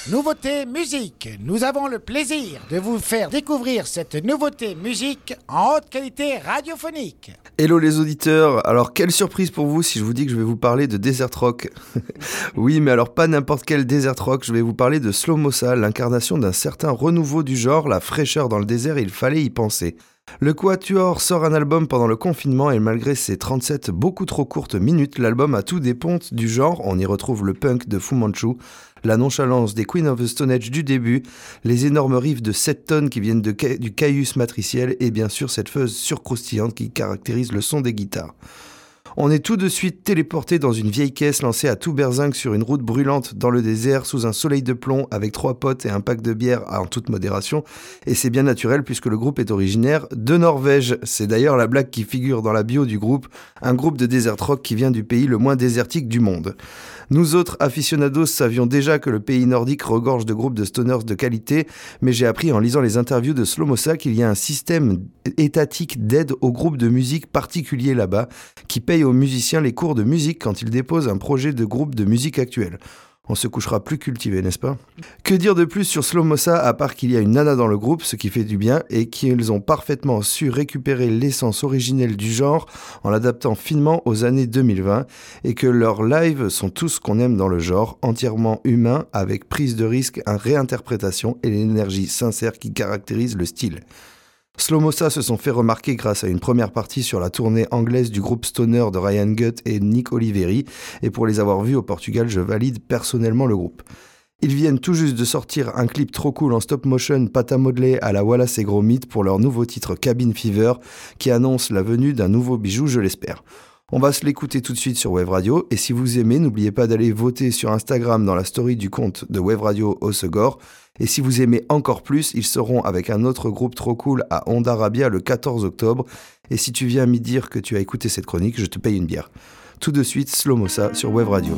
Nouveauté musique. Nous avons le plaisir de vous faire découvrir cette nouveauté musique en haute qualité radiophonique. Hello les auditeurs, alors quelle surprise pour vous si je vous dis que je vais vous parler de Desert Rock. Oui, mais alors pas n'importe quel Desert Rock, je vais vous parler de Slow Mossa, l'incarnation d'un certain renouveau du genre, la fraîcheur dans le désert, il fallait y penser. Le Quatuor sort un album pendant le confinement et malgré ses 37 beaucoup trop courtes minutes, l'album a tout des pontes du genre, on y retrouve le punk de Fu Manchu, la nonchalance des Queen of the Stone Age du début, les énormes riffs de 7 tonnes qui viennent du caius matriciel et bien sûr cette fuzz surcroustillante qui caractérise le son des guitares. On est tout de suite téléporté dans une vieille caisse lancée à tout berzingue sur une route brûlante dans le désert sous un soleil de plomb avec 3 potes et un pack de bière en toute modération. Et c'est bien naturel puisque le groupe est originaire de Norvège. C'est d'ailleurs la blague qui figure dans la bio du groupe, un groupe de desert rock qui vient du pays le moins désertique du monde. Nous autres aficionados savions déjà que le pays nordique regorge de groupes de stoners de qualité, mais j'ai appris en lisant les interviews de Slow Mossa qu'il y a un système étatique d'aide aux groupes de musique particulier là-bas, qui paye aux musiciens les cours de musique quand ils déposent un projet de groupe de musique actuel. On se couchera plus cultivé, n'est-ce pas ? Que dire de plus sur Slow Mossa à part qu'il y a une nana dans le groupe, ce qui fait du bien, et qu'ils ont parfaitement su récupérer l'essence originelle du genre en l'adaptant finement aux années 2020, et que leurs lives sont tous ce qu'on aime dans le genre, entièrement humains, avec prise de risque, réinterprétation et l'énergie sincère qui caractérise le style. Slow Mossa se sont fait remarquer grâce à une première partie sur la tournée anglaise du groupe stoner de Ryan Gutt et Nick Oliveri, et pour les avoir vus au Portugal, je valide personnellement le groupe. Ils viennent tout juste de sortir un clip trop cool en stop motion pâte à modeler à la Wallace et Gromit pour leur nouveau titre Cabin Fever, qui annonce la venue d'un nouveau bijou, je l'espère. On va se l'écouter tout de suite sur Wave Radio, et si vous aimez, n'oubliez pas d'aller voter sur Instagram dans la story du compte de Wave Radio Hossegor. Et si vous aimez encore plus, ils seront avec un autre groupe trop cool à Honda Rabia le 14 octobre. Et si tu viens m'y dire que tu as écouté cette chronique, je te paye une bière. Tout de suite, Slow Mossa sur Wave Radio.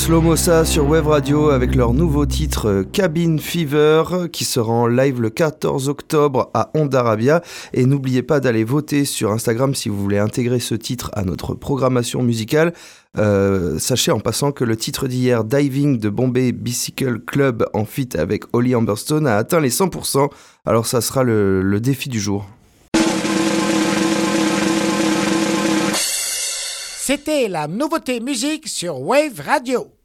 Slomosa sur Wave Radio avec leur nouveau titre Cabin Fever qui sera en live le 14 octobre à Ondarabia. Et n'oubliez pas d'aller voter sur Instagram si vous voulez intégrer ce titre à notre programmation musicale. Sachez en passant que le titre d'hier, Diving de Bombay Bicycle Club en feat avec Holly Humberstone, a atteint les 100%. Alors ça sera le défi du jour. C'était la nouveauté musique sur Wave Radio.